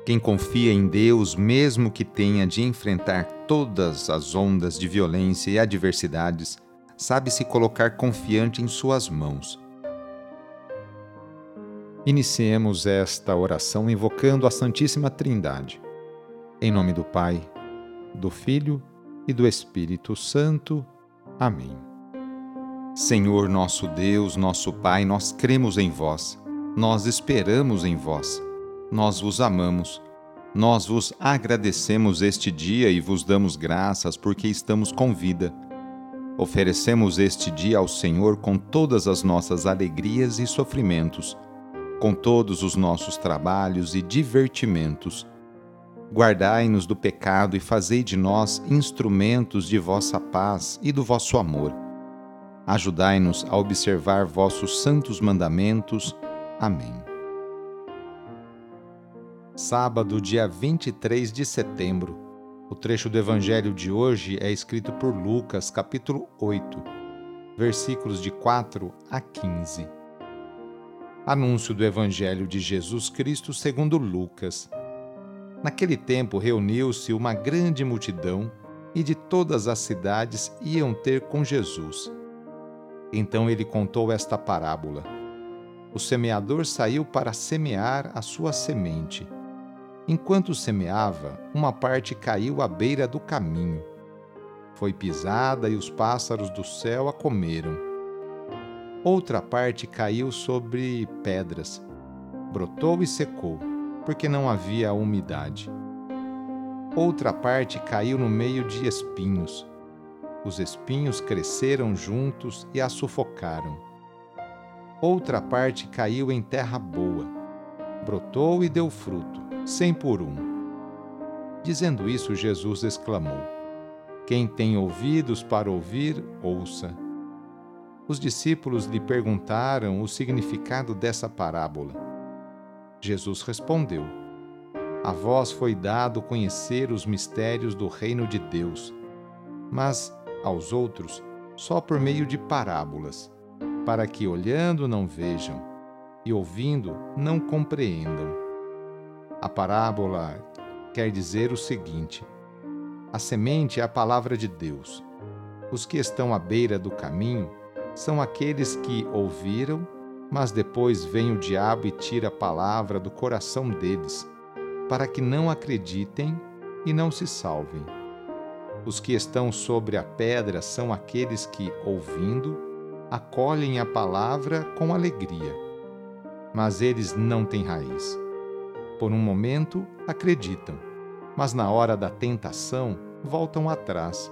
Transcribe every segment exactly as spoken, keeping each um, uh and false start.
Quem confia em Deus, mesmo que tenha de enfrentar todas as ondas de violência e adversidades, sabe se colocar confiante em suas mãos. Iniciemos esta oração invocando a Santíssima Trindade. Em nome do Pai, do Filho e do Espírito Santo. Amém. Senhor nosso Deus, nosso Pai, nós cremos em vós, nós esperamos em vós, nós vos amamos, nós vos agradecemos este dia e vos damos graças porque estamos com vida. Oferecemos este dia ao Senhor com todas as nossas alegrias e sofrimentos, com todos os nossos trabalhos e divertimentos. Guardai-nos do pecado e fazei de nós instrumentos de vossa paz e do vosso amor. Ajudai-nos a observar vossos santos mandamentos. Amém. Sábado, dia vinte e três de setembro. O trecho do Evangelho de hoje é escrito por Lucas, capítulo oito, versículos de quatro a quinze. Anúncio do Evangelho de Jesus Cristo segundo Lucas. Naquele tempo reuniu-se uma grande multidão e de todas as cidades iam ter com Jesus. Então ele contou esta parábola. O semeador saiu para semear a sua semente. Enquanto semeava, uma parte caiu à beira do caminho. Foi pisada e os pássaros do céu a comeram. Outra parte caiu sobre pedras. Brotou e secou, porque não havia umidade. Outra parte caiu no meio de espinhos. Os espinhos cresceram juntos e a sufocaram. Outra parte caiu em terra boa. Brotou e deu fruto, cem por um. Dizendo isso, Jesus exclamou: Quem tem ouvidos para ouvir, ouça. Os discípulos lhe perguntaram o significado dessa parábola. Jesus respondeu: A vós foi dado conhecer os mistérios do reino de Deus, mas aos outros só por meio de parábolas, para que olhando não vejam e ouvindo não compreendam. A parábola quer dizer o seguinte: a semente é a palavra de Deus. Os que estão à beira do caminho são aqueles que ouviram, mas depois vem o diabo e tira a palavra do coração deles, para que não acreditem e não se salvem. Os que estão sobre a pedra são aqueles que, ouvindo, acolhem a palavra com alegria. Mas eles não têm raiz. Por um momento, acreditam, mas na hora da tentação, voltam atrás.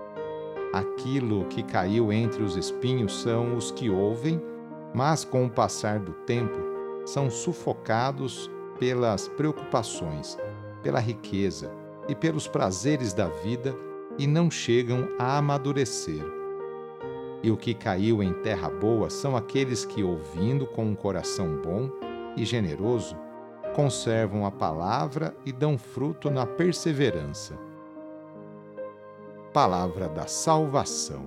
Aquilo que caiu entre os espinhos são os que ouvem, mas com o passar do tempo, são sufocados pelas preocupações, pela riqueza e pelos prazeres da vida e não chegam a amadurecer. E o que caiu em terra boa são aqueles que, ouvindo com um coração bom e generoso, conservam a palavra e dão fruto na perseverança. Palavra da salvação.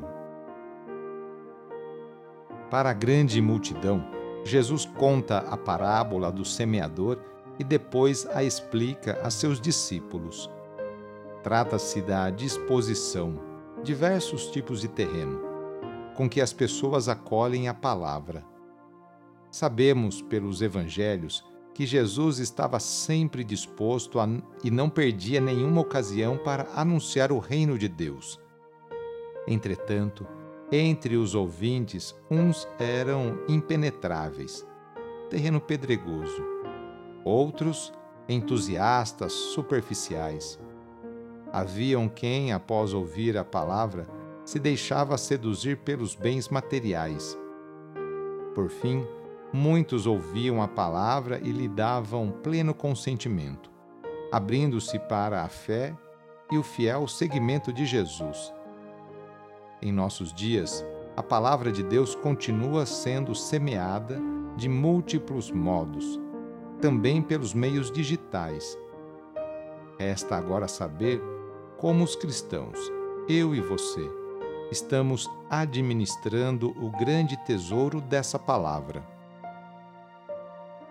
Para a grande multidão, Jesus conta a parábola do semeador e depois a explica a seus discípulos. Trata-se da disposição, diversos tipos de terreno, com que as pessoas acolhem a palavra. Sabemos pelos evangelhos que Jesus estava sempre disposto a, e não perdia nenhuma ocasião para anunciar o reino de Deus. Entretanto, entre os ouvintes, uns eram impenetráveis, terreno pedregoso, outros entusiastas superficiais. Haviam quem, após ouvir a palavra, se deixava seduzir pelos bens materiais. Por fim, muitos ouviam a palavra e lhe davam pleno consentimento, abrindo-se para a fé e o fiel seguimento de Jesus. Em nossos dias, a palavra de Deus continua sendo semeada de múltiplos modos, também pelos meios digitais. Resta agora saber como os cristãos, eu e você, estamos administrando o grande tesouro dessa palavra.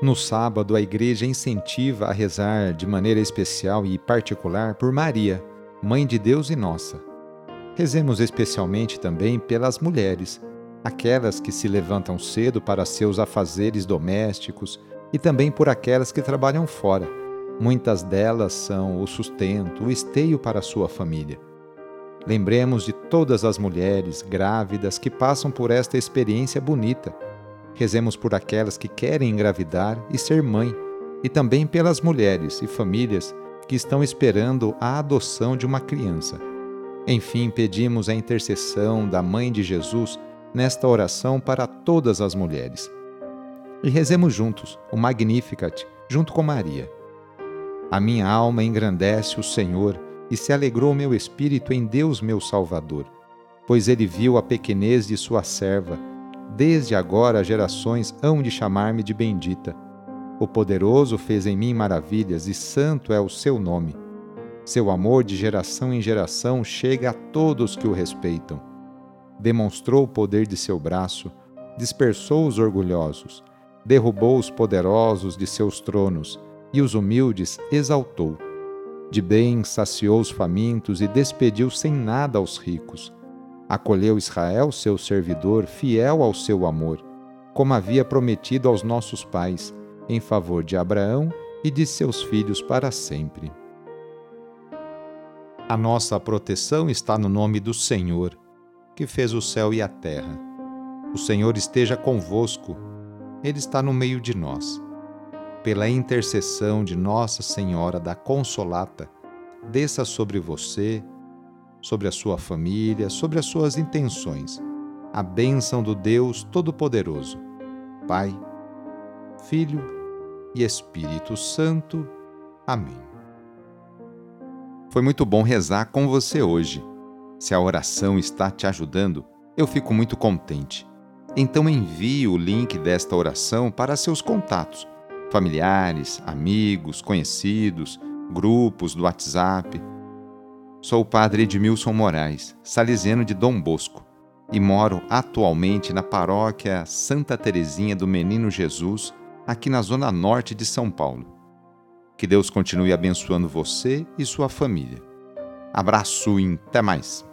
No sábado, a igreja incentiva a rezar de maneira especial e particular por Maria, Mãe de Deus e nossa. Rezemos especialmente também pelas mulheres, aquelas que se levantam cedo para seus afazeres domésticos e também por aquelas que trabalham fora. Muitas delas são o sustento, o esteio para a sua família. Lembremos de todas as mulheres grávidas que passam por esta experiência bonita. Rezemos por aquelas que querem engravidar e ser mãe, e também pelas mulheres e famílias que estão esperando a adoção de uma criança. Enfim, pedimos a intercessão da Mãe de Jesus nesta oração para todas as mulheres. E rezemos juntos o Magnificat, junto com Maria. A minha alma engrandece o Senhor, e se alegrou meu espírito em Deus meu Salvador, pois ele viu a pequenez de sua serva. Desde agora gerações hão de chamar-me de bendita. O Poderoso fez em mim maravilhas, e santo é o seu nome. Seu amor de geração em geração chega a todos que o respeitam. Demonstrou o poder de seu braço, dispersou os orgulhosos, derrubou os poderosos de seus tronos, e os humildes exaltou. De bem saciou os famintos e despediu sem nada aos ricos. Acolheu Israel, seu servidor, fiel ao seu amor, como havia prometido aos nossos pais, em favor de Abraão e de seus filhos para sempre. A nossa proteção está no nome do Senhor, que fez o céu e a terra. O Senhor esteja convosco, Ele está no meio de nós. Pela intercessão de Nossa Senhora da Consolata, desça sobre você, sobre a sua família, sobre as suas intenções, a bênção do Deus Todo-Poderoso, Pai, Filho e Espírito Santo. Amém. Foi muito bom rezar com você hoje. Se a oração está te ajudando, eu fico muito contente. Então envie o link desta oração para seus contatos, familiares, amigos, conhecidos, grupos do WhatsApp. Sou o padre Edmilson Moraes, salesiano de Dom Bosco, e moro atualmente na paróquia Santa Teresinha do Menino Jesus, aqui na zona norte de São Paulo. Que Deus continue abençoando você e sua família. Abraço e até mais!